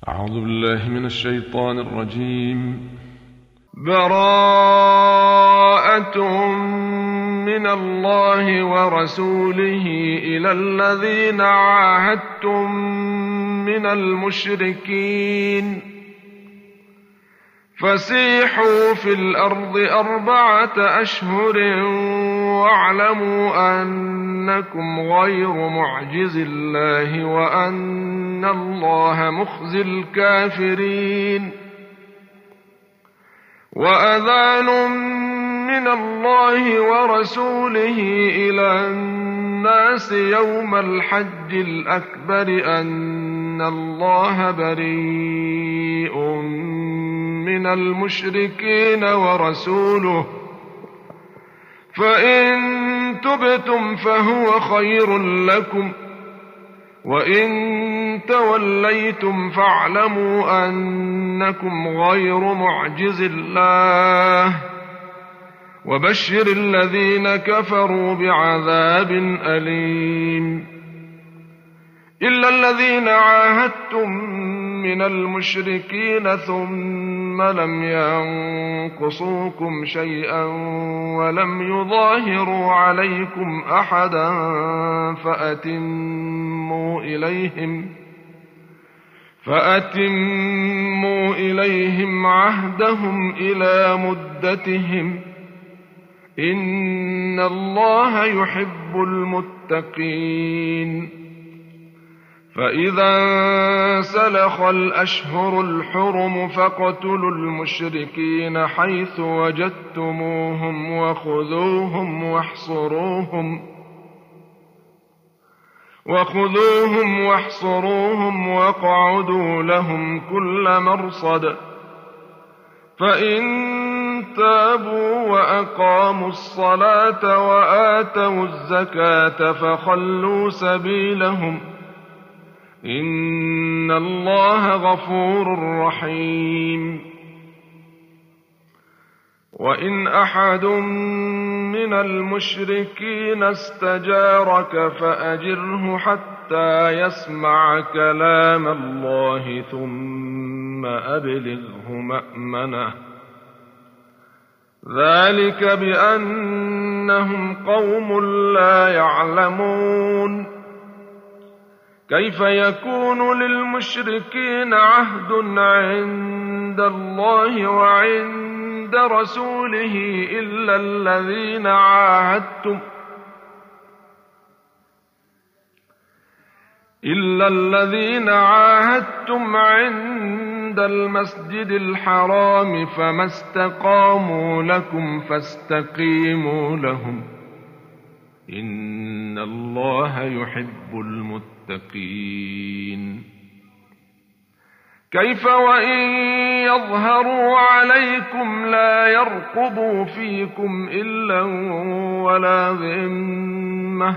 أعوذ بالله من الشيطان الرجيم. براءة من الله ورسوله إلى الذين عاهدتم من المشركين فسيحوا في الأرض 4 أشهر واعلموا أنكم غير معجز الله وأن الله مخزي الكافرين. وأذان من الله ورسوله إلى الناس يوم الحج الأكبر أن الله بريء من المشركين ورسوله، فإن تبتم فهو خير لكم، وإن توليتم فاعلموا أنكم غير معجز الله، وبشر الذين كفروا بعذاب أليم. إلا الذين عاهدتم من المشركين ثم لم ينقصوكم شيئا ولم يظاهروا عليكم أحدا فأتموا إليهم عهدهم إلى مدتهم، إن الله يحب المتقين. فإذا انسلخ الأشهر الحرم فاقتلوا المشركين حيث وجدتموهم وخذوهم واحصروهم واقعدوا لهم كل مرصد، فإن تابوا وأقاموا الصلاة وآتوا الزكاة فخلوا سبيلهم، إن الله غفور رحيم. وإن أحد من المشركين استجارك فأجره حتى يسمع كلام الله ثم أبلغه مأمنه، ذلك بأنهم قوم لا يعلمون. كيف يكون للمشركين عهد عند الله وعند رسوله إلا الذين عاهدتم عند المسجد الحرام، فما استقاموا لكم فاستقيموا لهم، إن الله يحب المتقين. كيف وإن يظهروا عليكم لا يرقبوا فيكم إلا ولا ذمة،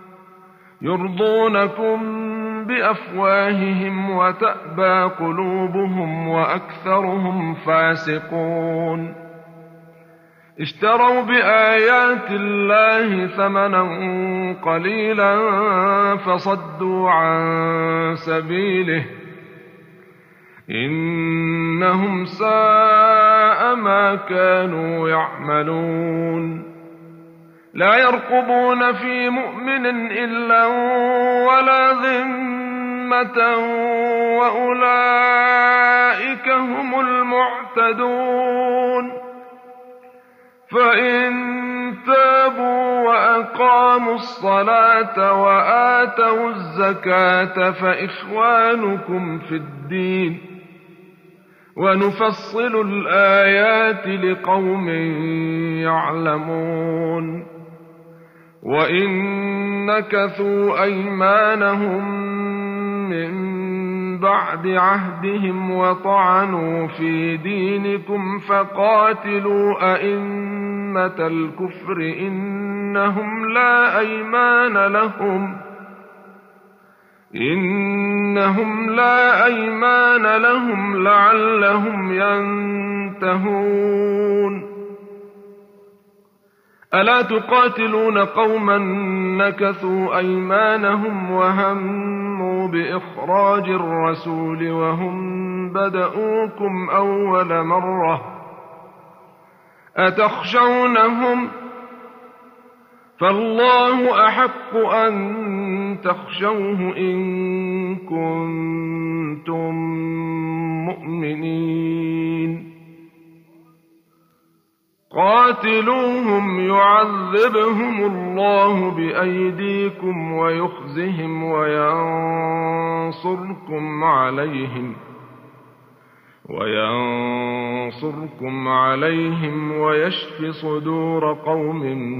يرضونكم بأفواههم وتأبى قلوبهم وأكثرهم فاسقون. اشتروا بآيات الله ثمنا قليلا فصدوا عن سبيله، إنهم ساء ما كانوا يعملون. لا يرقبون في مؤمن إلا ولا ذمة وأولئك هم المعتدون. فإن تابوا وأقاموا الصلاة وآتوا الزكاة فإخوانكم في الدين، ونفصل الآيات لقوم يعلمون. وإن نكثوا أيمانهم من بعد عهدهم وطعنوا في دينكم فقاتلوا أئمة الكفر إنهم لا أيمان لهم لعلهم ينتهون. ألا تقاتلون قوما نكثوا أيمانهم وهموا هموا بإخراج الرسول وهم بدؤوكم أول مرة أتخشونهم فالله أحق أن تخشوه إن كنتم مؤمنين قاتلوهم يعذبهم الله بأيديكم ويخزهم وينصركم عليهم ويشف صدور قوم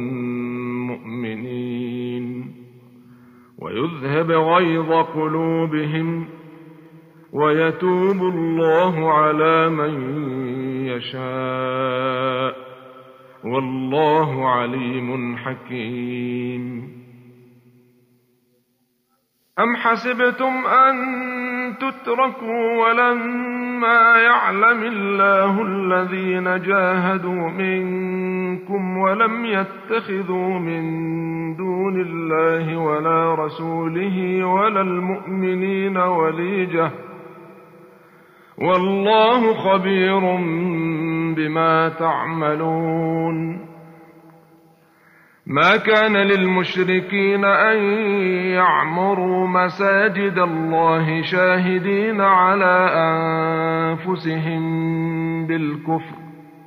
مؤمنين ويذهب غيظ قلوبهم ويتوب الله على من يشاء والله عليم حكيم. أم حسبتم أن تتركوا ولما يعلم الله الذين جاهدوا منكم ولم يتخذوا من دون الله ولا رسوله ولا المؤمنين وليجة والله خبير بما تعملون. ما كان للمشركين أن يعمروا مساجد الله شاهدين على أنفسهم بالكفر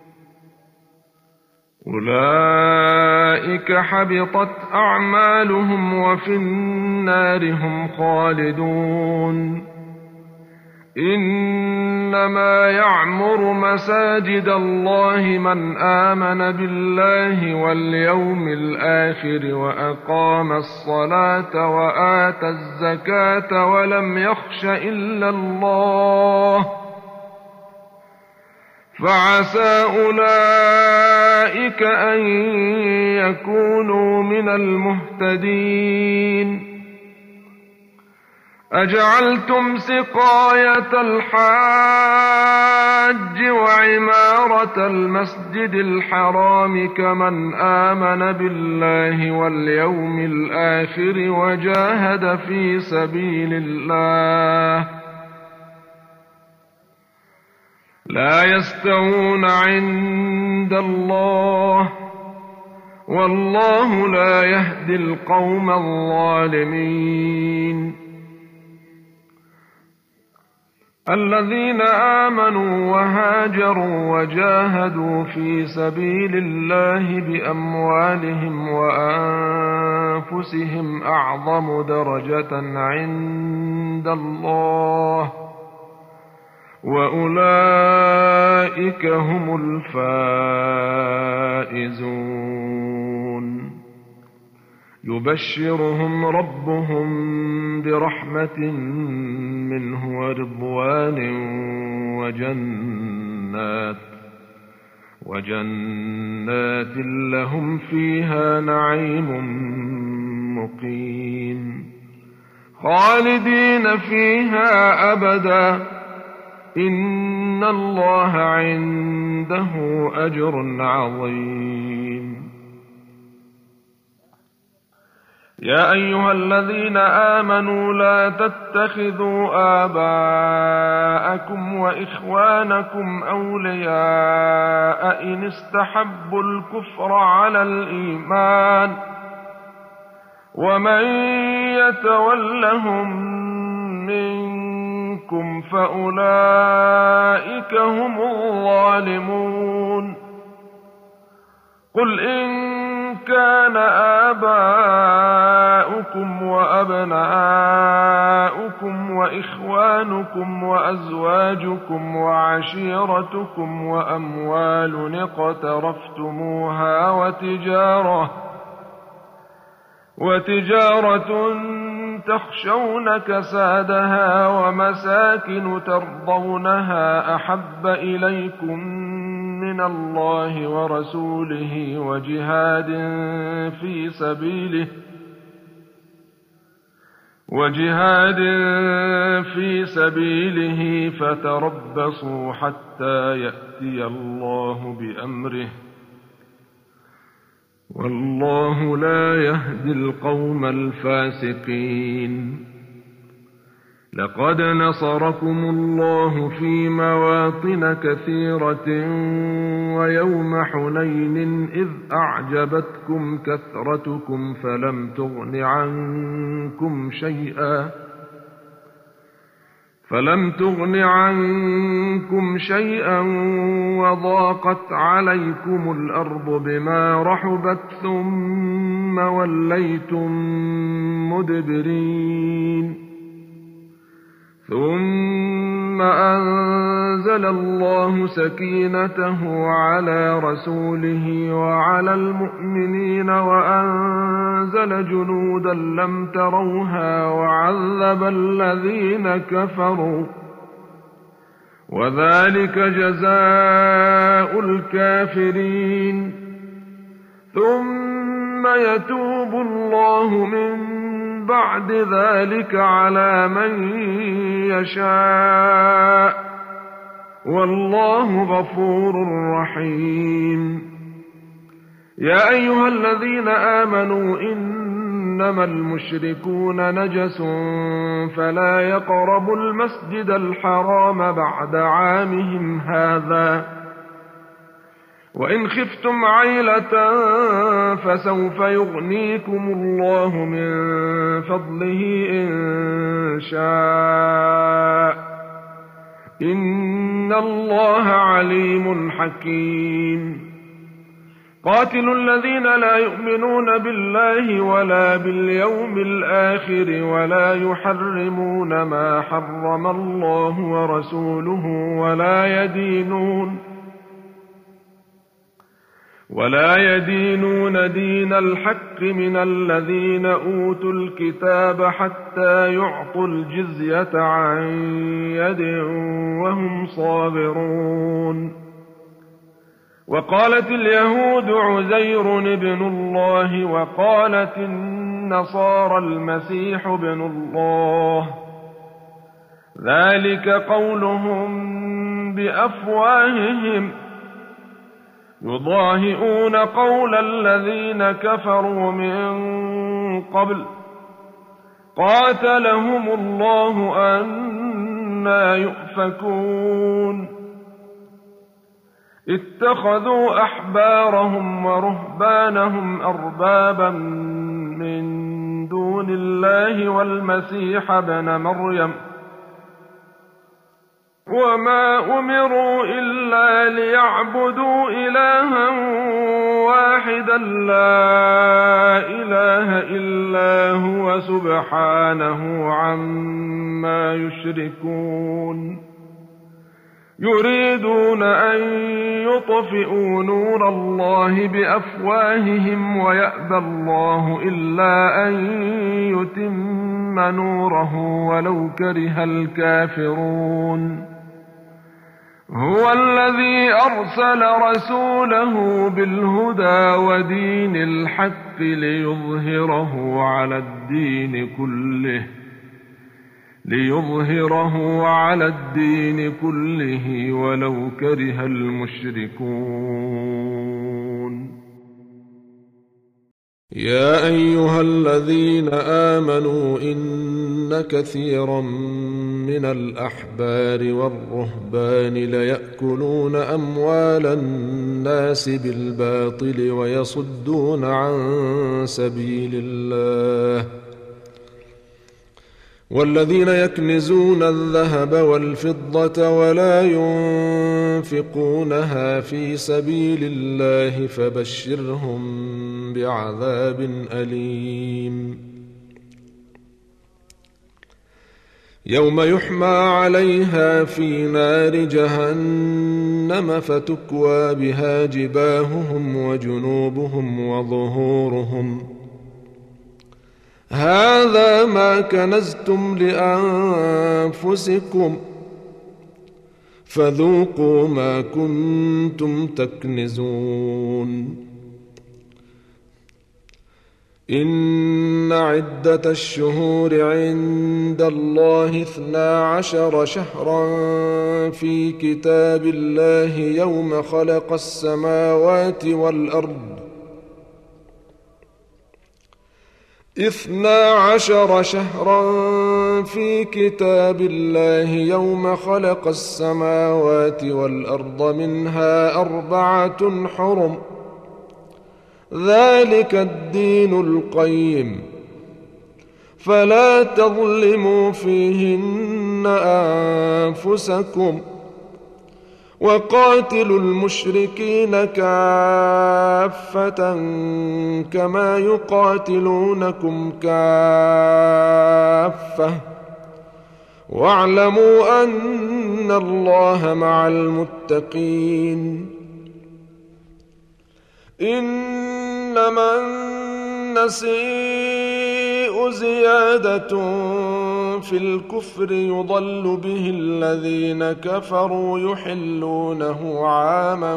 أولئك حبطت أعمالهم وفي النار هم خالدون. إنما يعمر مساجد الله من آمن بالله واليوم الآخر وأقام الصلاة وآتى الزكاة ولم يخش إلا الله فعسى أولئك أن يكونوا من المهتدين. أجعلتم سقاية الحاج وعمارة المسجد الحرام كمن آمن بالله واليوم الآخر وجاهد في سبيل الله لا يستوون عند الله والله لا يهدي القوم الظالمين. الذين آمنوا وهاجروا وجاهدوا في سبيل الله بأموالهم وأنفسهم أعظم درجة عند الله وأولئك هم الفائزون. يبشرهم ربهم برحمة منه ورضوان وجنات لهم فيها نعيم مقيم خالدين فيها أبدا إن الله عنده أجر عظيم. يا أيها الذين آمنوا لا تتخذوا آباءكم وإخوانكم أولياء إن استحبوا الكفر على الإيمان ومن يتولهم منكم فأولئك هم الظالمون. قل إن كان آباؤكم وأبناؤكم وإخوانكم وأزواجكم وعشيرتكم وأموال اقترفتموها وتجارة تخشون كسادها ومساكن ترضونها أحب إليكم من الله ورسوله وجهاد في سبيله فتربصوا حتى يأتي الله بأمره والله لا يهدي القوم الفاسقين. لقد نصركم الله في مواطن كثيرة ويوم حنين إذ أعجبتكم كثرتكم فلم تغن عنكم شيئا وضاقت عليكم الأرض بما رحبت ثم وليتم مدبرين ثم أنزل الله سكينته على رسوله وعلى المؤمنين وأنزل جنودا لم تروها وعذب الذين كفروا وذلك جزاء الكافرين ثم يتوب الله من بعد ذلك على من يشاء والله غفور رحيم يا أيها الذين آمنوا إنما المشركون نجس فلا يقربوا المسجد الحرام بعد عامهم هذا وإن خفتم عيلة فسوف يغنيكم الله من فضله إن شاء إن الله عليم حكيم قاتلوا الذين لا يؤمنون بالله ولا باليوم الآخر ولا يحرمون ما حرم الله ورسوله ولا يدينون دين الحق من الذين أوتوا الكتاب حتى يعطوا الجزية عن يد وهم صاغرون وقالت اليهود عزير ابن الله وقالت النصارى المسيح ابن الله ذلك قولهم بأفواههم يضاهئون قول الذين كفروا من قبل قاتلهم الله أنى يؤفكون اتخذوا أحبارهم ورهبانهم أربابا من دون الله والمسيح ابن مريم وما أمروا إلا ليعبدوا إلها واحدا لا إله إلا هو سبحانه عما يشركون يريدون أن يطفئوا نور الله بأفواههم ويأبى الله إلا أن يتم نوره ولو كره الكافرون هو الذي أرسل رسوله بالهدى ودين الحق ليظهره على الدين كله ولو كره المشركون يا أيها الذين آمنوا إن كثيرا من الأحبار والرهبان ليأكلون أموال الناس بالباطل ويصدون عن سبيل الله والذين يكنزون الذهب والفضة ولا ينفقونها في سبيل الله فبشرهم بعذاب أليم يوم يحمى عليها في نار جهنم فتكوى بها جباههم وجنوبهم وظهورهم هذا ما كنزتم لأنفسكم فذوقوا ما كنتم تكنزون إن عدة الشهور عند الله 12 شهرا في كتاب الله يوم خلق السماوات والأرض 12 شهرا في كتاب الله يوم خلق السماوات والأرض منها 4 حرم ذلك الدين القيم فلا تظلموا فيهن أنفسكم وقاتلوا المشركين كافة كما يقاتلونكم كافة واعلموا أن الله مع المتقين إنما النسيء زيادة في الكفر يضل به الذين كفروا يحلونه عاما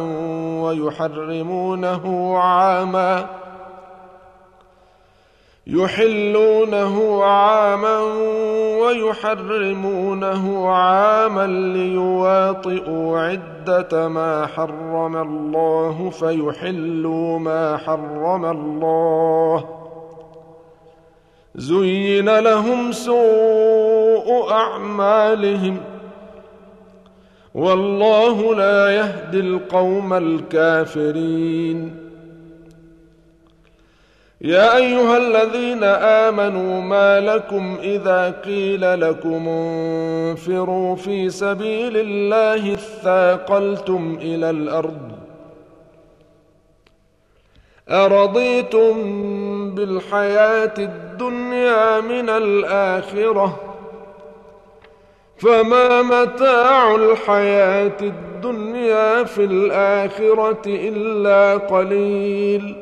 ويحرمونه عاما ليواطئوا عدة ما حرم الله فيحلوا ما حرم الله زين لهم سوء أعمالهم والله لا يهدي القوم الكافرين يا أيها الذين آمنوا ما لكم إذا قيل لكم انفروا في سبيل الله اثاقلتم إلى الأرض أرضيتم بالحياة الدنيا من الآخرة فما متاع الحياة الدنيا في الآخرة إلا قليل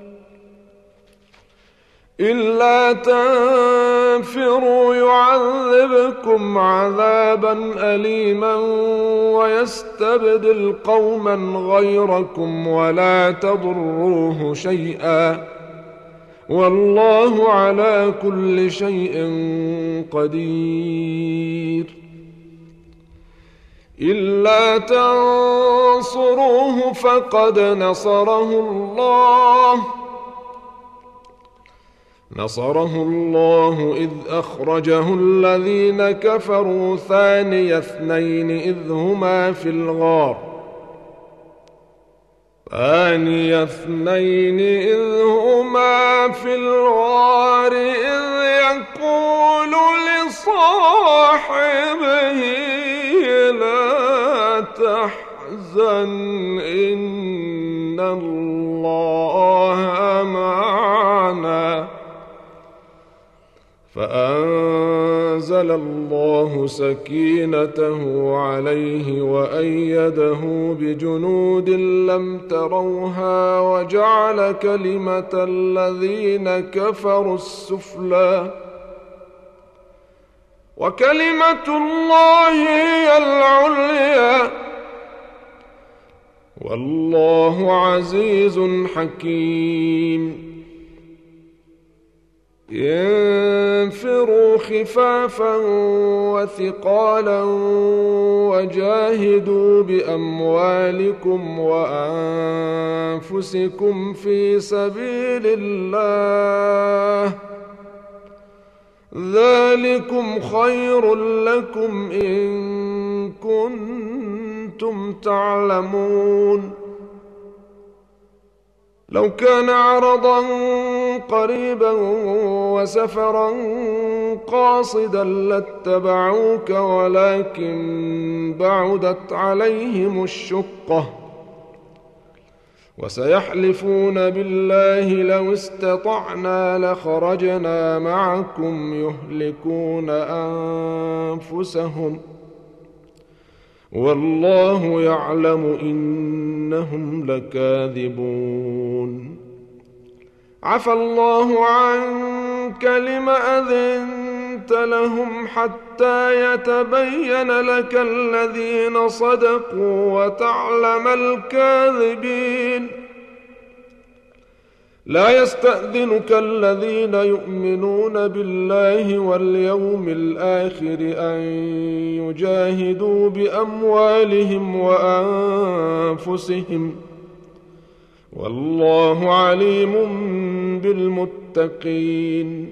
إلا تنفروا يعذبكم عذابا أليما ويستبدل قوما غيركم ولا تضروه شيئا والله على كل شيء قدير إلا تنصروه فقد نصره الله إذ أخرجه الذين كفروا ثاني اثنين إذ هما في الغار إذ يقول لصاحبه لا تحزن إن الله معنا فأنزل الله سكينته عليه وأيده بجنود لم تروها وجعل كلمة الذين كفروا السفلى وكلمة الله هي العليا والله عزيز حكيم انفروا خفافا وثقالا وجاهدوا بأموالكم وأنفسكم في سبيل الله ذلكم خير لكم إن كنتم تعلمون لو كان عرضا قريبا وسفرا قاصدا لاتبعوك ولكن بعدت عليهم الشقة وسيحلفون بالله لو استطعنا لخرجنا معكم يهلكون أنفسهم والله يعلم إنهم لكاذبون عفى الله عنك لم أذنت لهم حتى يتبين لك الذين صدقوا وتعلم الكاذبين لا يستأذنك الذين يؤمنون بالله واليوم الآخر أن يجاهدوا بأموالهم وأنفسهم والله عليم بالمتقين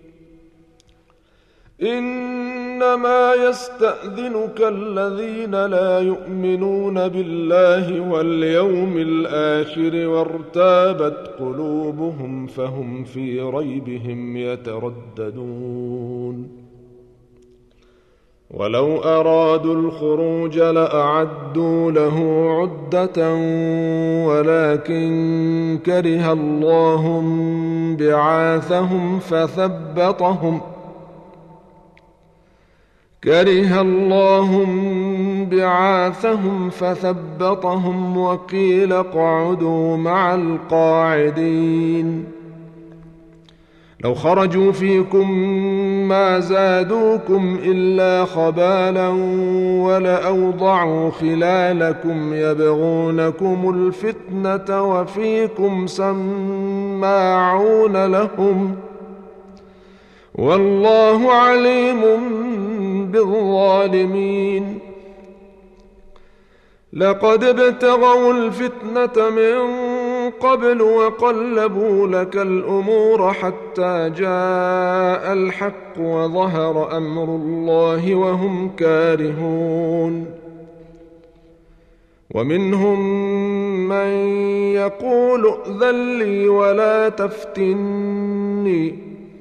إنما يستأذنك الذين لا يؤمنون بالله واليوم الآخر وارتابت قلوبهم فهم في ريبهم يترددون ولو أرادوا الخروج لأعدوا له عدة ولكن كره الله بعاثهم فثبطهم وقيل اقعدوا مع القاعدين لو خرجوا فيكم ما زادوكم إلا خبالا ولأوضعوا خلالكم يبغونكم الفتنة وفيكم سماعون لهم والله عليم بالظالمين لقد ابتغوا الفتنة من قبل وقلبوا لك الأمور حتى جاء الحق وظهر أمر الله وهم كارهون ومنهم من يقول ائذن لي ولا تفتني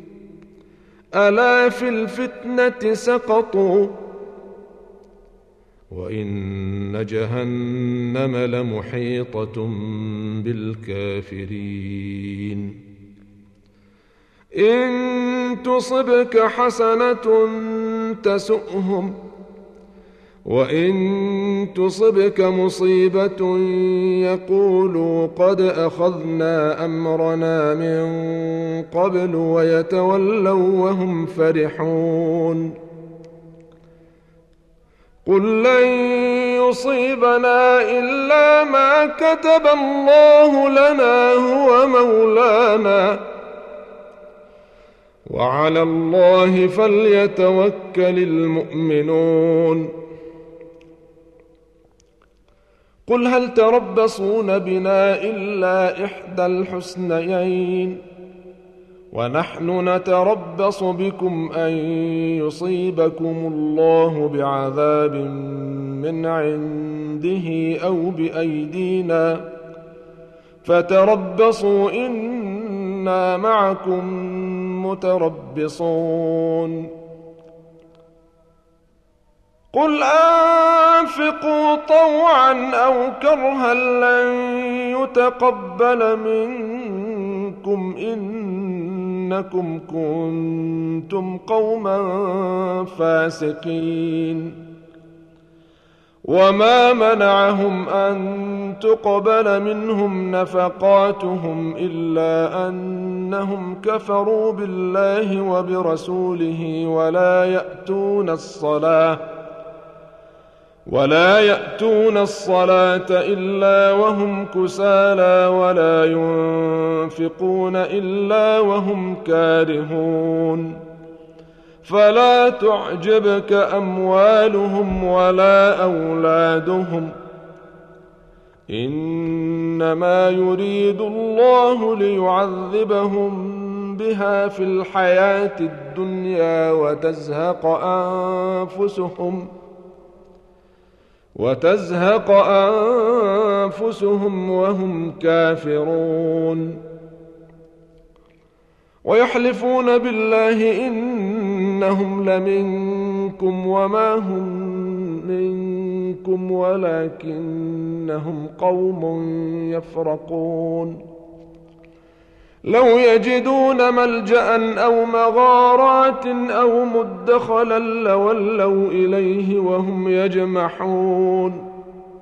ألا في الفتنة سقطوا وإن جهنم لمحيطة بالكافرين إن تصبك حسنة تسؤهم وإن تصبك مصيبة يقولوا قد أخذنا أمرنا من قبل ويتولوا وهم فرحون قل لن يصيبنا إلا ما كتب الله لنا هو مولانا وعلى الله فليتوكل المؤمنون قل هل تربصون بنا إلا إحدى الحسنيين ونحن نتربص بكم أن يصيبكم الله بعذاب من عنده أو بأيدينا فتربصوا إنا معكم متربصون قل أنفقوا طوعا أو كرها لن يتقبل منكم إنكم كنتم قوما فاسقين وما منعهم أن تقبل منهم نفقاتهم إلا أنهم كفروا بالله وبرسوله ولا يأتون الصلاة إلا وهم كسالى ولا ينفقون إلا وهم كارهون فلا تعجبك أموالهم ولا أولادهم إنما يريد الله ليعذبهم بها في الحياة الدنيا وتزهق أنفسهم وهم كافرون ويحلفون بالله إنهم لمنكم وما هم منكم ولكنهم قوم يفرقون لو يجدون ملجأ أو مغارات أو مدخلا لولوا إليه وهم يجمحون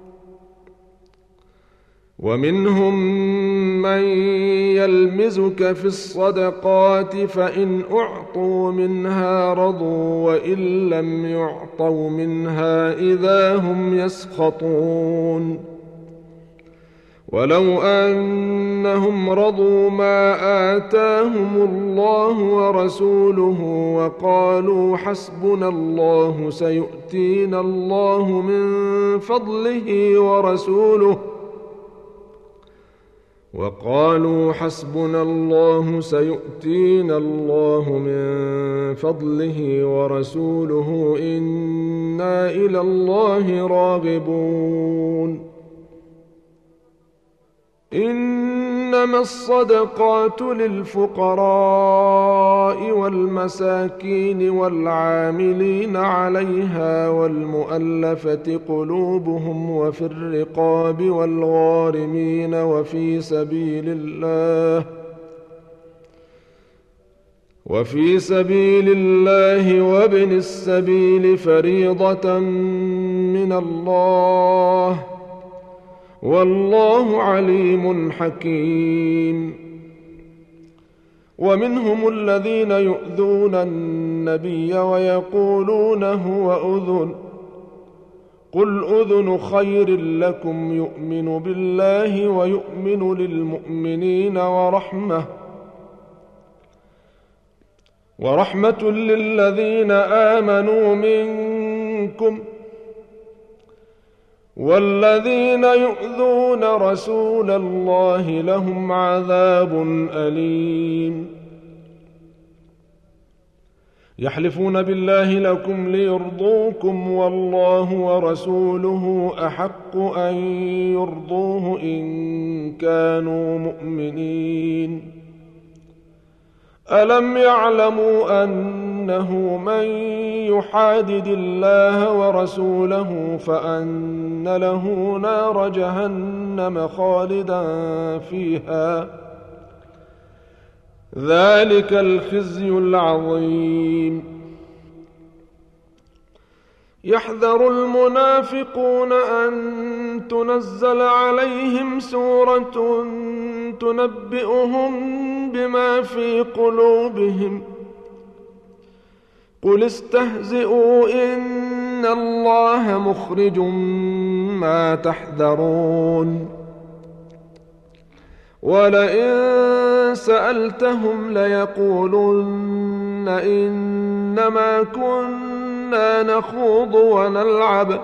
ومنهم من يلمزك في الصدقات فإن أعطوا منها رضوا وإن لم يعطوا منها إذا هم يسخطون ولو أنهم رضوا ما آتاهم الله ورسوله وقالوا حسبنا الله سيؤتينا الله من فضله وقالوا حسبنا الله سيؤتينا الله من فضله ورسوله إنا إلى الله راغبون. إنما الصدقات للفقراء والمساكين والعاملين عليها والمؤلفة قلوبهم وفي الرقاب والغارمين وفي سبيل الله وابن السبيل فريضة من الله والله عليم حكيم. ومنهم الذين يؤذون النبي ويقولون هو أذن قل أذن خير لكم يؤمن بالله ويؤمن للمؤمنين ورحمة للذين آمنوا منكم والذين يؤذون رسول الله لهم عذاب أليم. يحلفون بالله لكم ليرضوكم والله ورسوله أحق أن يرضوه إن كانوا مؤمنين. ألم يعلموا أنه من يحادد الله ورسوله فأن له نار جهنم خالدا فيها ذلك الخزي العظيم. يحذر المنافقون أن تنزل عليهم سورة تنبئهم بما في قلوبهم قل استهزئوا إن الله مخرج ما تحذرون. ولئن سألتهم ليقولن إنما كنا نخوض ونلعب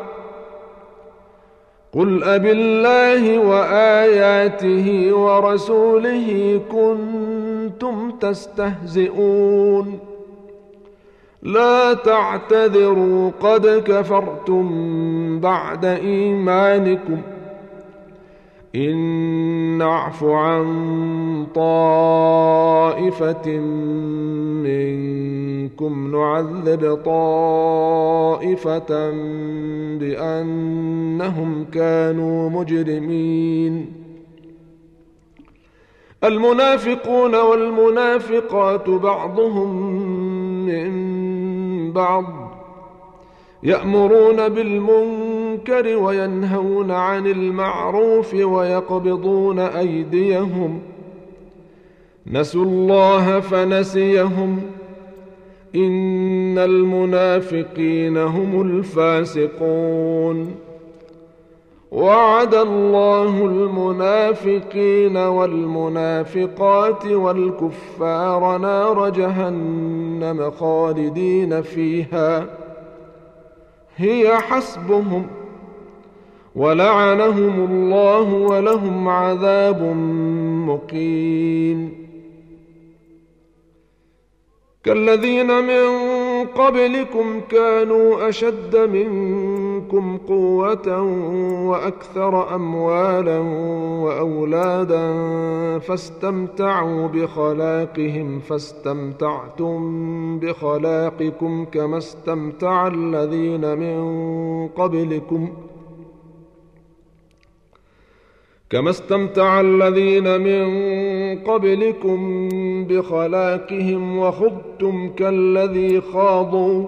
قل أبالله وآياته ورسوله كنتم تستهزئون لا تعتذروا قد كفرتم بعد إيمانكم إن نعف عن طائفة منكم نعذب طائفة بأنهم كانوا مجرمين. المنافقون والمنافقات بعضهم من بعض يأمرون بالمنكر وينهون عن المعروف ويقبضون أيديهم نسوا الله فنسيهم إن المنافقين هم الفاسقون. وعد الله المنافقين والمنافقات والكفار نار جهنم خالدين فيها هي حسبهم ولعنهم الله ولهم عذاب مقيم. كالذين من قبلكم كانوا أشد منكم قوة وأكثر أموالا وأولادا فاستمتعوا بخلاقهم فاستمتعتم بخلاقكم كما استمتع الذين من قبلكم بخلاقهم وخضتم كالذي خاضوا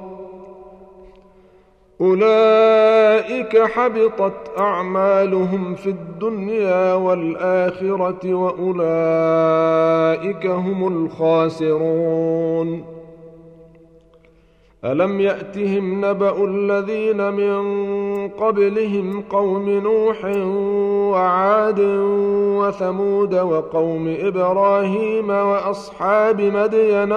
أولئك حبطت أعمالهم في الدنيا والآخرة وأولئك هم الخاسرون. ألم يأتهم نبأ الذين من قبلهم قوم نوح وعاد وثمود وقوم إبراهيم وأصحاب مدين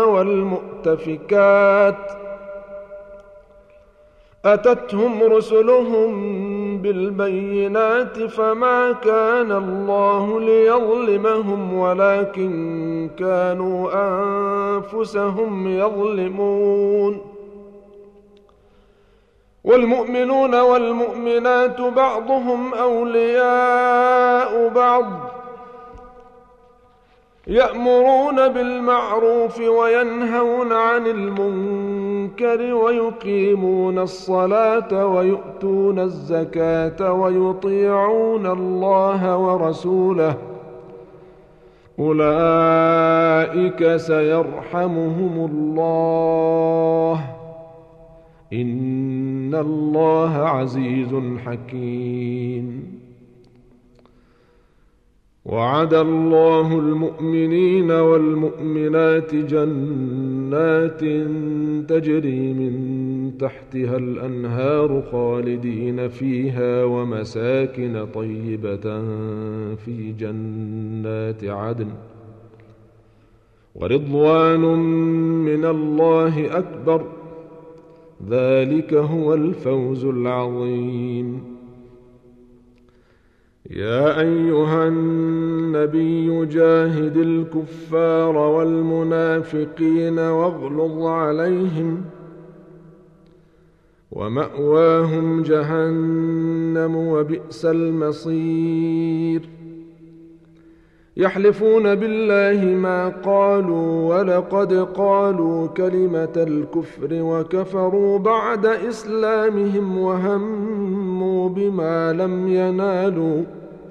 والمؤتفكات أتتهم رسلهم بالبينات فما كان الله ليظلمهم ولكن كانوا أنفسهم يظلمون. والمؤمنون والمؤمنات بعضهم أولياء بعض يأمرون بالمعروف وينهون عن المنكر ويقيمون الصلاة ويؤتون الزكاة ويطيعون الله ورسوله أولئك سيرحمهم الله إن الله عزيز حكيم. وعد الله المؤمنين والمؤمنات جنات تجري من تحتها الأنهار خالدين فيها ومساكن طيبة في جنات عدن ورضوان من الله أكبر ذلك هو الفوز العظيم. يا أيها النبي جاهد الكفار والمنافقين واغلظ عليهم ومأواهم جهنم وبئس المصير. يحلفون بالله ما قالوا ولقد قالوا كلمة الكفر وكفروا بعد إسلامهم وهموا بما لم ينالوا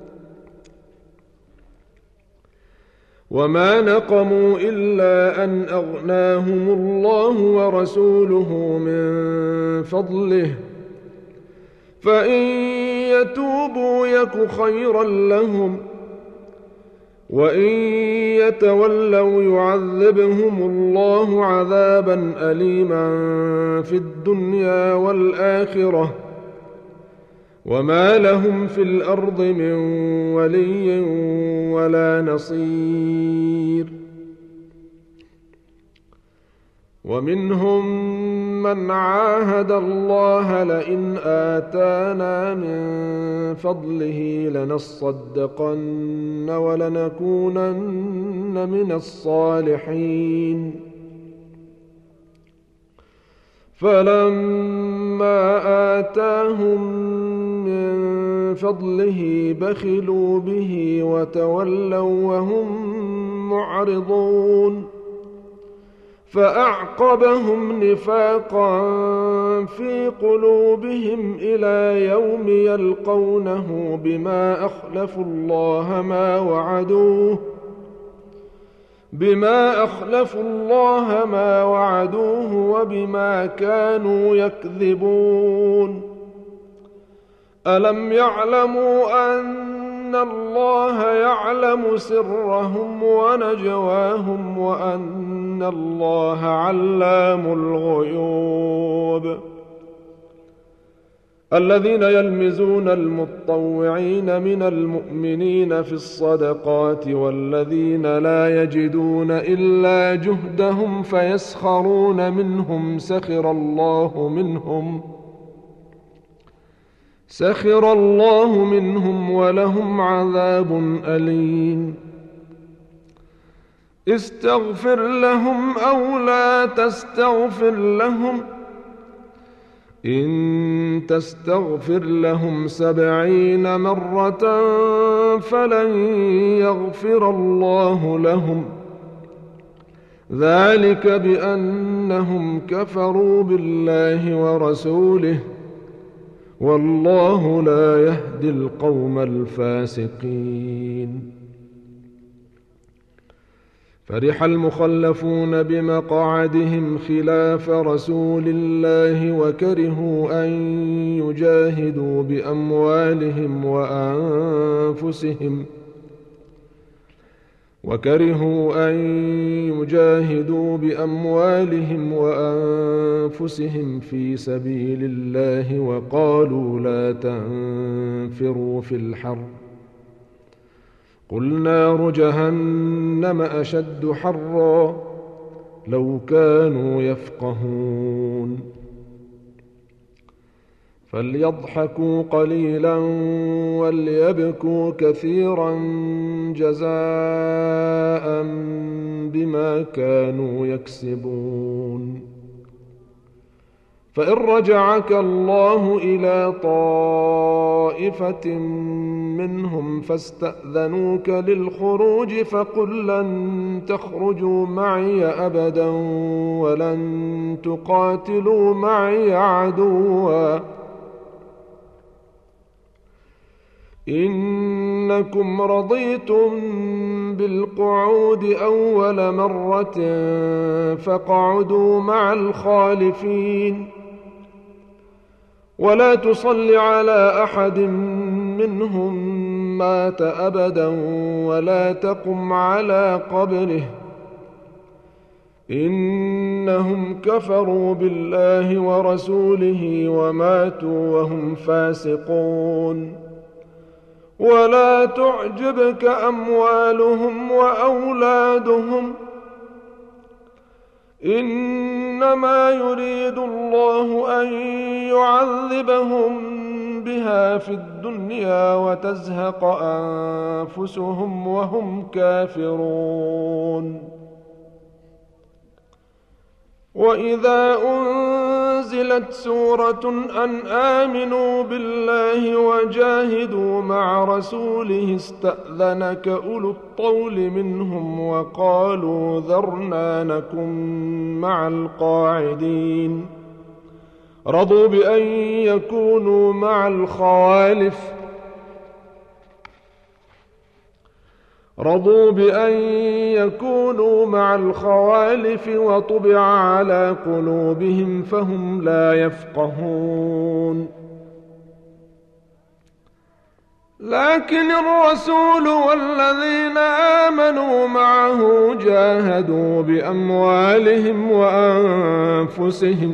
وما نقموا إلا أن أغناهم الله ورسوله من فضله فإن يتوبوا يك خيرا لهم وإن يتولوا يعذبهم الله عذابا أليما في الدنيا والآخرة وما لهم في الأرض من ولي ولا نصير. ومنهم من عاهد الله لئن آتانا من فضله لنصدقن ولنكونن من الصالحين فلما آتاهم من فضله بخلوا به وتولوا وهم معرضون فأعقبهم نفاقا في قلوبهم إلى يوم يلقونه بما أخلفوا الله ما وعدوه وبما كانوا يكذبون. ألم يعلموا أن الله يعلم سرهم ونجواهم وأن الله علام الغيوب. الذين يلمزون المطوعين من المؤمنين في الصدقات والذين لا يجدون إلا جهدهم فيسخرون منهم سخر الله منهم ولهم عذاب أليم. استغفر لهم أو لا تستغفر لهم إن تستغفر لهم 70 مرة فلن يغفر الله لهم ذلك بأنهم كفروا بالله ورسوله والله لا يهدي القوم الفاسقين. فرح المخلفون بمقعدهم خلاف رسول الله وكرهوا أن يجاهدوا بأموالهم وأنفسهم في سبيل الله وقالوا لا تنفروا في الحر قل نار جهنم أشد حرا لو كانوا يفقهون. فليضحكوا قليلا وليبكوا كثيرا جزاء بما كانوا يكسبون. فإن رجعك الله إلى طائفة منهم فاستأذنوك للخروج فقل لن تخرجوا معي أبدا ولن تقاتلوا معي عدوا إنكم رضيتم بالقعود أول مرة فاقعدوا مع الخالفين ولا تصل على أحد منهم مات أبدا ولا تقم على قبره إنهم كفروا بالله ورسوله وماتوا وهم فاسقون. ولا تعجبك أموالهم وأولادهم إنما يريد الله أن يعذبهم بها في الدنيا وتزهق أنفسهم وهم كافرون. وإذا أنزلت سورة أن آمنوا بالله وجاهدوا مع رسوله استأذنك أولو الطول منهم وقالوا ذرنا نكن مع القاعدين رضوا بأن يكونوا مع الخوالف وطبع على قلوبهم فهم لا يفقهون. لكن الرسول والذين آمنوا معه جاهدوا بأموالهم وأنفسهم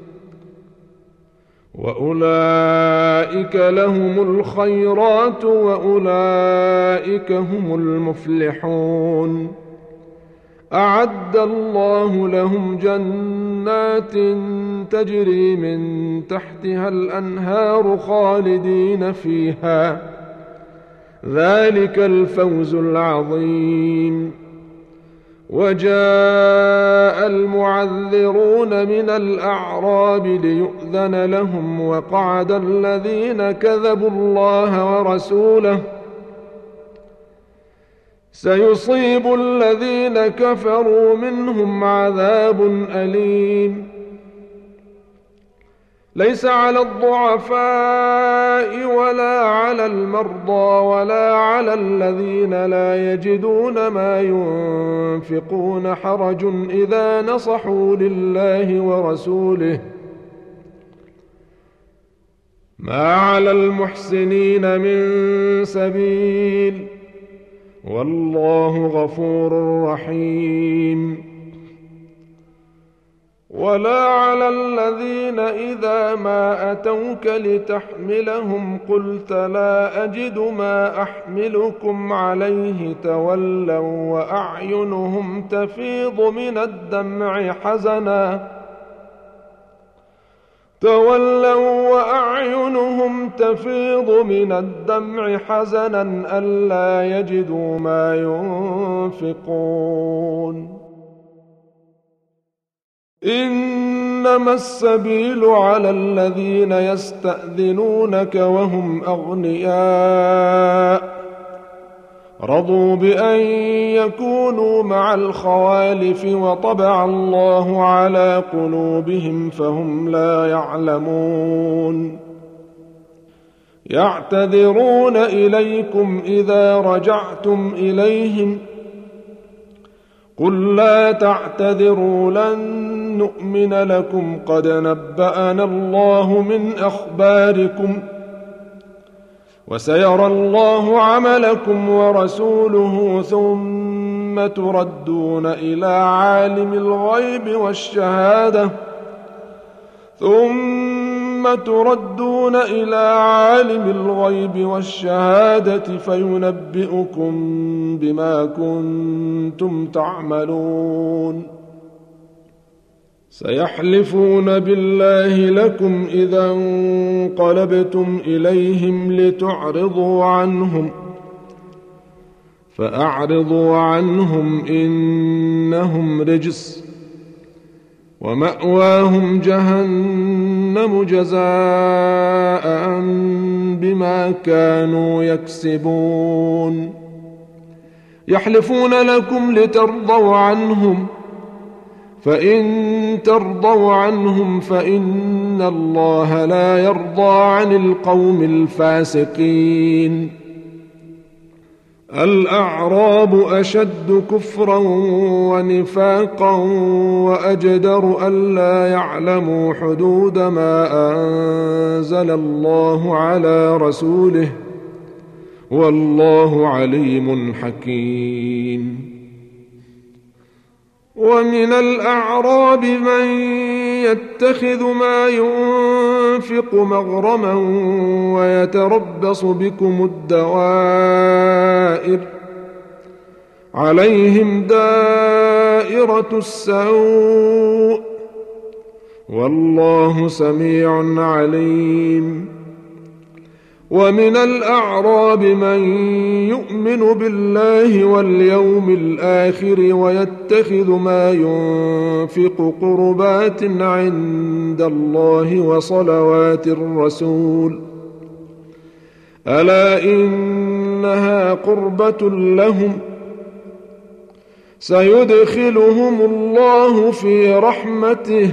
وأولئك لهم الخيرات وأولئك هم المفلحون. أعد الله لهم جنات تجري من تحتها الأنهار خالدين فيها ذلك الفوز العظيم. وجاء المعذرون من الأعراب ليؤذن لهم وقعد الذين كذبوا الله ورسوله سيصيب الذين كفروا منهم عذاب أليم. ليس على الضعفاء ولا على المرضى ولا على الذين لا يجدون ما ينفقون حرج إذا نصحوا لله ورسوله ما على المحسنين من سبيل والله غفور رحيم. ولا على الذين إذا ما أتوك لتحملهم قلت لا أجد ما أحملكم عليه تولوا وأعينهم تفيض من الدمع حزنا ألا يجدوا ما ينفقون. إنما السبيل على الذين يستأذنونك وهم أغنياء رضوا بأن يكونوا مع الخوالف وطبع الله على قلوبهم فهم لا يعلمون. يعتذرون إليكم إذا رجعتم إليهم قل لا تعتذروا لن نؤمن لكم قد نبأنا الله من أخباركم وسيرى الله عملكم ورسوله ثم تردون إلى عالم الغيب والشهادة فينبئكم بما كنتم تعملون. سيحلفون بالله لكم إذا انقلبتم إليهم لتعرضوا عنهم فأعرضوا عنهم إنهم رجس ومأواهم جهنم جزاء بما كانوا يكسبون يحلفون لكم لترضوا عنهم فإن ترضوا عنهم فإن الله لا يرضى عن القوم الفاسقين الأعراب أشد كفرا ونفاقا وأجدر ألا يعلموا حدود ما أنزل الله على رسوله والله عليم حكيم ومن الأعراب من يتخذ ما ينفق مغرما ويتربص بكم الدوائر عليهم دائرة السوء والله سميع عليم ومن الأعراب من يؤمن بالله واليوم الآخر ويتخذ ما ينفق قربات عند الله وصلوات الرسول ألا إنها قربة لهم سيدخلهم الله في رحمته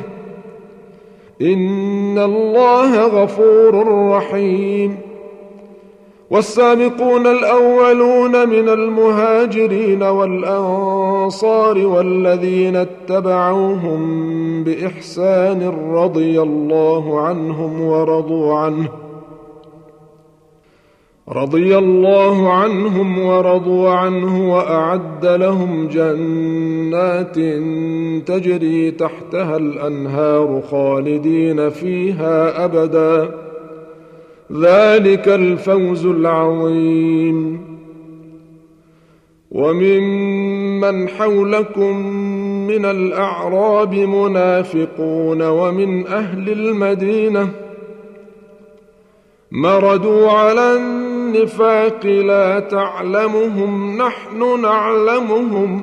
إن الله غفور رحيم والسابقون الأولون من المهاجرين والأنصار والذين اتبعوهم بإحسان رضي الله عنهم ورضوا عنه وأعد لهم جنات تجري تحتها الأنهار خالدين فيها أبدا ذلك الفوز العظيم وممن حولكم من الأعراب منافقون ومن أهل المدينة مردوا على النفاق لا تعلمهم نحن نعلمهم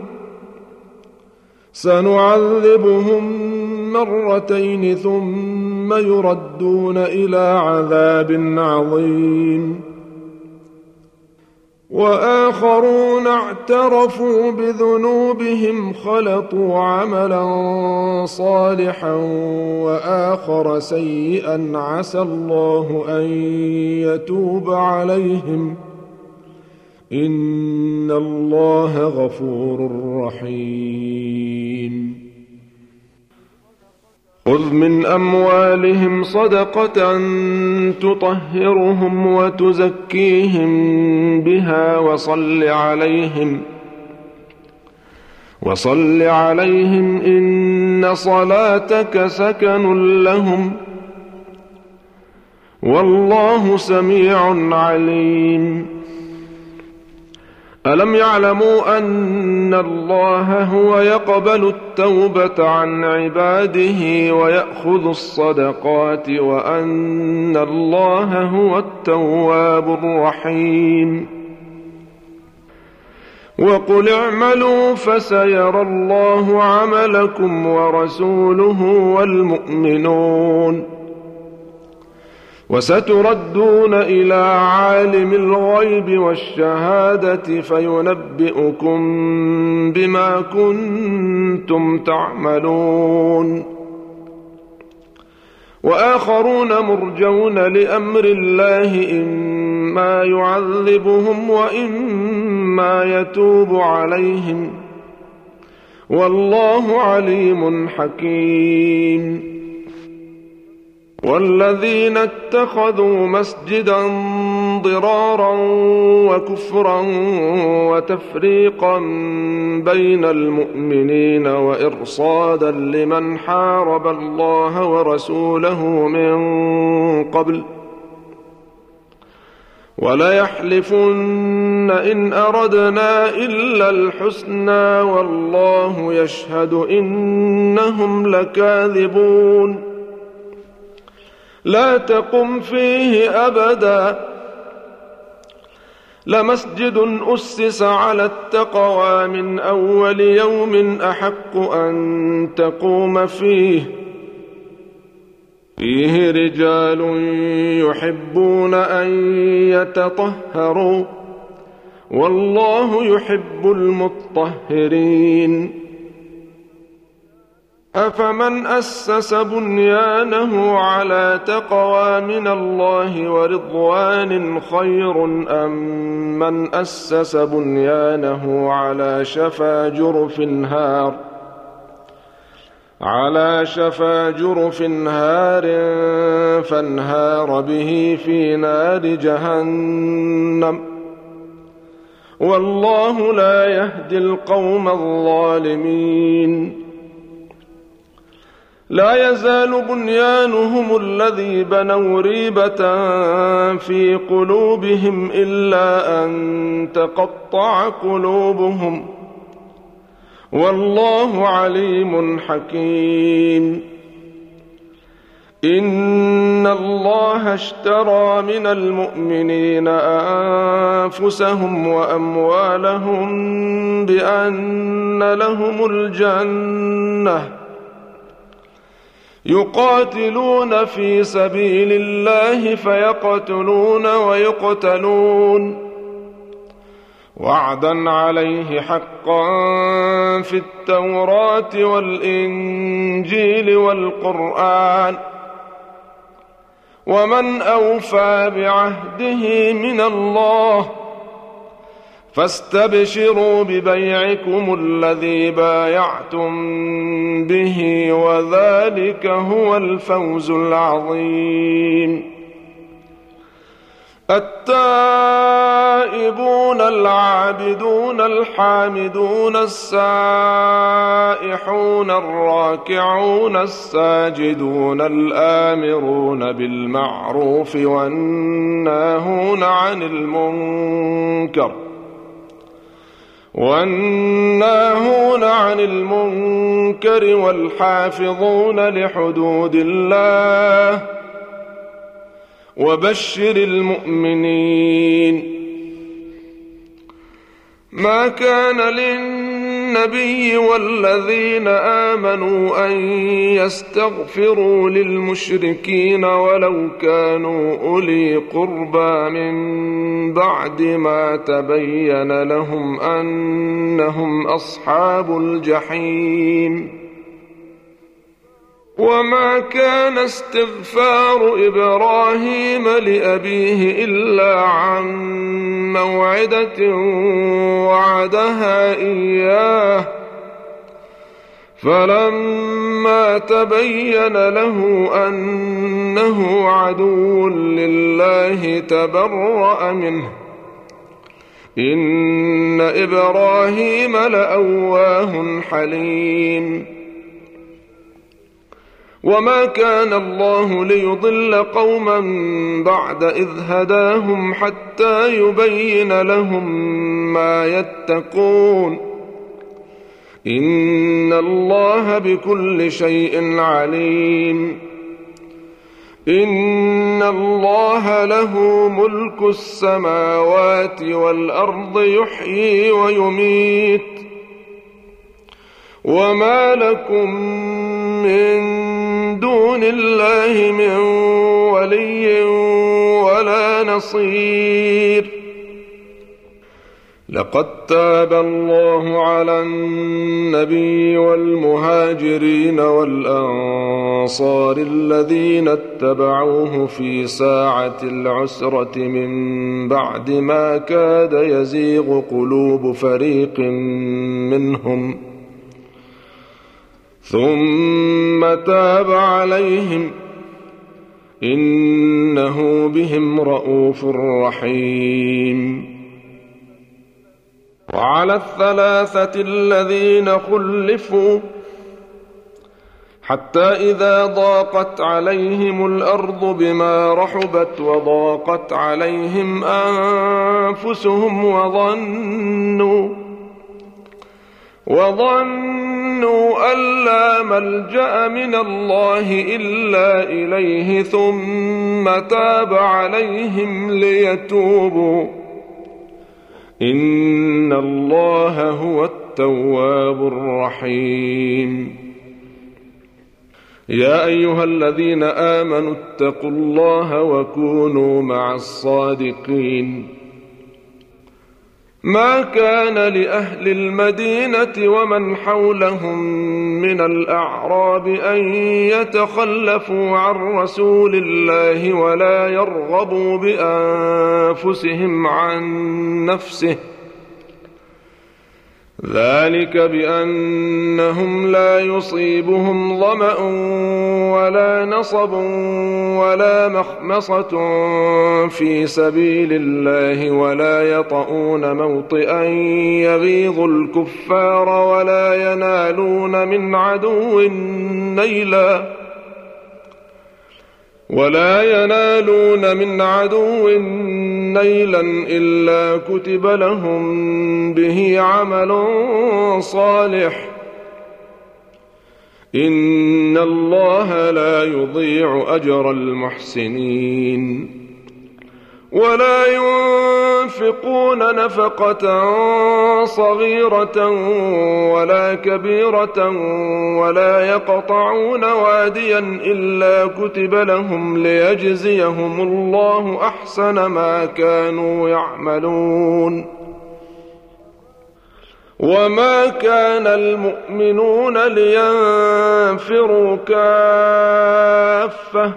سنعذبهم مرتين ثم يردون إلى عذاب عظيم وآخرون اعترفوا بذنوبهم خلطوا عملا صالحا وآخر سيئا عسى الله أن يتوب عليهم إن الله غفور رحيم خذ من أموالهم صدقة تطهرهم وتزكيهم بها وصل عليهم إن صلاتك سكن لهم والله سميع عليم ألم يعلموا أن الله هو يقبل التوبة عن عباده ويأخذ الصدقات وأن الله هو التواب الرحيم وقل اعملوا فسيرى الله عملكم ورسوله والمؤمنون وستردون إلى عالم الغيب والشهادة فينبئكم بما كنتم تعملون وآخرون مرجون لأمر الله إما يعذبهم وإما يتوب عليهم والله عليم حكيم والذين اتخذوا مسجدا ضرارا وكفرا وتفريقا بين المؤمنين وإرصادا لمن حارب الله ورسوله من قبل وليحلفن إن أردنا إلا الحسنى والله يشهد إنهم لكاذبون لا تقم فيه أبدا لمسجد أسس على التقوى من أول يوم أحق أن تقوم فيه رجال يحبون أن يتطهروا والله يحب المطهرين أفمن أسس بنيانه على تقوى من الله ورضوان خير أم من أسس بنيانه على شفا جرف هار فانهار به في نار جهنم والله لا يهدي القوم الظالمين لا يزال بنيانهم الذي بنوا ريبة في قلوبهم إلا أن تقطع قلوبهم والله عليم حكيم إن الله اشترى من المؤمنين أنفسهم وأموالهم بأن لهم الجنة يقاتلون في سبيل الله فيقتلون ويقتلون وعدا عليه حقا في التوراة والإنجيل والقرآن ومن أوفى بعهده من الله فاستبشروا ببيعكم الذي بايعتم به وذلك هو الفوز العظيم التائبون العابدون الحامدون السائحون الراكعون الساجدون الآمرون بالمعروف والناهون عن المنكر والحافظون لحدود الله وبشر المؤمنين ما كان للنبي والذين آمنوا أن يستغفروا للمشركين ولو كانوا أولي قربى من بعد ما تبين لهم أنهم أصحاب الجحيم وما كان استغفار إبراهيم لأبيه إلا عن موعدة وعدها إياه فلما تبين له أنه عدو لله تبرأ منه إن إبراهيم لأواه حليم وما كان الله ليضل قوما بعد إذ هداهم حتى يبين لهم ما يتقون إن الله بكل شيء عليم إن الله له ملك السماوات والأرض يحيي ويميت وما لكم من دون الله من ولي ولا نصير لقد تاب الله على النبي والمهاجرين والأنصار الذين اتبعوه في ساعة العسرة من بعد ما كاد يزيغ قلوب فريق منهم ثم تاب عليهم إنه بهم رءوف رحيم وعلى الثلاثة الذين خلفوا حتى إذا ضاقت عليهم الأرض بما رحبت وضاقت عليهم أنفسهم وظنوا أن لا ملجأ من الله إلا إليه ثم تاب عليهم ليتوبوا إن الله هو التواب الرحيم. يا أيها الذين آمنوا اتقوا الله وكونوا مع الصادقين. ما كان لأهل المدينة ومن حولهم من الأعراب أن يتخلفوا عن رسول الله ولا يرغبوا بأنفسهم عن نفسه، ذلك بأنهم لا يصيبهم ظمأ ولا نصب ولا مخمصة في سبيل الله ولا يطؤون موطئا يغيظ الكفار ولا ينالون من عدو نيلا إلا كتب لهم به عمل صالح إن الله لا يضيع أجر المحسنين. ولا ينفقون نفقة صغيرة ولا كبيرة ولا يقطعون واديا إلا كتب لهم ليجزيهم الله أحسن ما كانوا يعملون. وما كان المؤمنون لينفروا كافة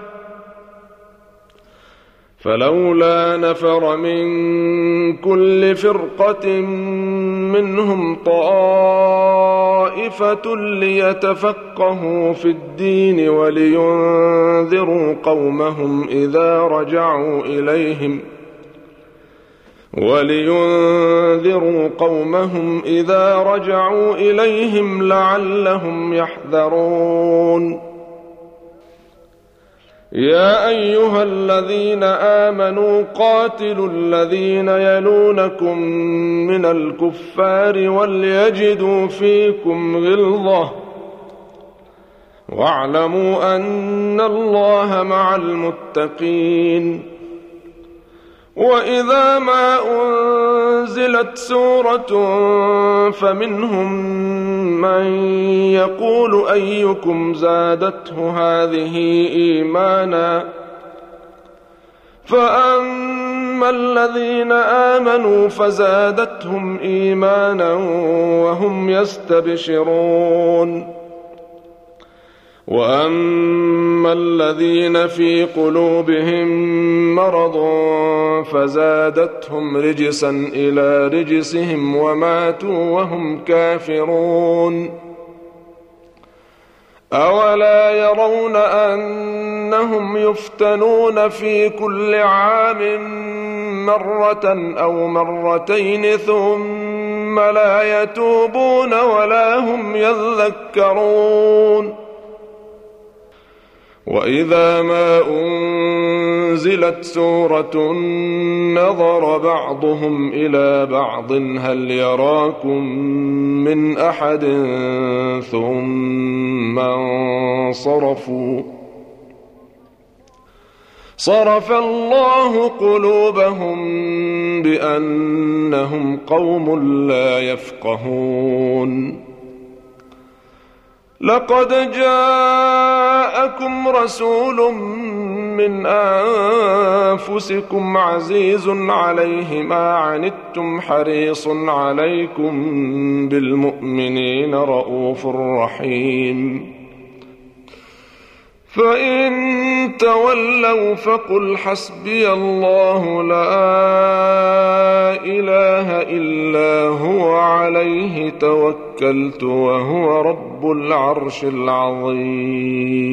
فلولا نفر من كل فرقة منهم طائفة ليتفقهوا في الدين ولينذروا قومهم إذا رجعوا إليهم لعلهم يحذرون. يا أيها الذين آمنوا قاتلوا الذين يلونكم من الكفار وليجدوا فيكم غلظة واعلموا أن الله مع المتقين. وإذا ما أنزلت سورة فمنهم من يقول أيكم زادته هذه إيمانا فأما الذين آمنوا فزادتهم إيمانا وهم يستبشرون. وأما الذين في قلوبهم مرض فزادتهم رجسا إلى رجسهم وماتوا وهم كافرون. أولا يرون أنهم يفتنون في كل عام مرة أو مرتين ثم لا يتوبون ولا هم يذكرون. وإذا ما أنزلت سورة نظر بعضهم إلى بعض هل يراكم من أحد ثم انصرفوا صرف الله قلوبهم بأنهم قوم لا يفقهون. لقد جاءكم رسول من أنفسكم عزيز عليه ما عنتم حريص عليكم بالمؤمنين رؤوف رحيم. فإن تولوا فقل حسبي الله لا إله إلا هو عليه توكلت وهو رب العرش العظيم.